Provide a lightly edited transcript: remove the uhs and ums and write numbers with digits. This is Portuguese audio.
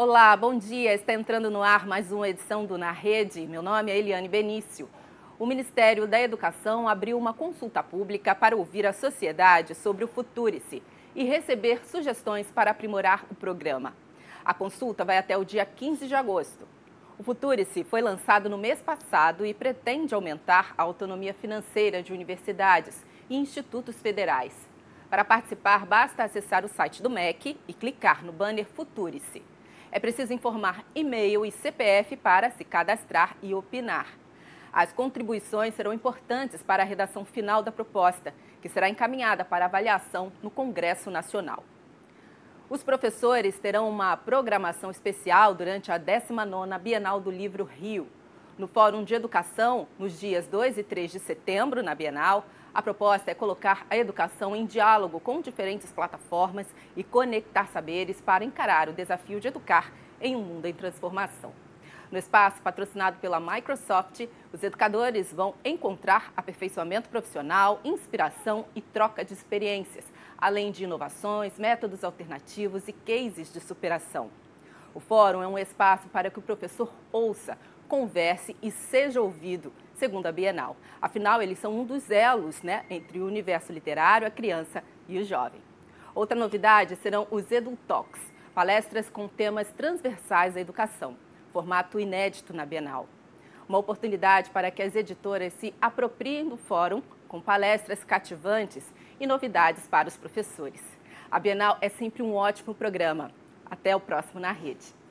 Olá, bom dia. Está entrando no ar mais uma edição do Na Rede. Meu nome é Eliane Benício. O Ministério da Educação abriu uma consulta pública para ouvir a sociedade sobre o Futurice e receber sugestões para aprimorar o programa. A consulta vai até o dia 15 de agosto. O Futurice foi lançado no mês passado e pretende aumentar a autonomia financeira de universidades e institutos federais. Para participar, basta acessar o site do MEC e clicar no banner Futurice. É preciso informar e-mail e CPF para se cadastrar e opinar. As contribuições serão importantes para a redação final da proposta, que será encaminhada para avaliação no Congresso Nacional. Os professores terão uma programação especial durante a 19ª Bienal do Livro Rio. No Fórum de Educação, nos dias 2 e 3 de setembro, na Bienal, a proposta é colocar a educação em diálogo com diferentes plataformas e conectar saberes para encarar o desafio de educar em um mundo em transformação. No espaço patrocinado pela Microsoft, os educadores vão encontrar aperfeiçoamento profissional, inspiração e troca de experiências, além de inovações, métodos alternativos e cases de superação. O fórum é um espaço para que o professor ouça, converse e seja ouvido, segundo a Bienal. Afinal, eles são um dos elos, entre o universo literário, a criança e o jovem. Outra novidade serão os EduTalks, palestras com temas transversais à educação, formato inédito na Bienal. Uma oportunidade para que as editoras se apropriem do fórum com palestras cativantes e novidades para os professores. A Bienal é sempre um ótimo programa. Até o próximo Na Rede.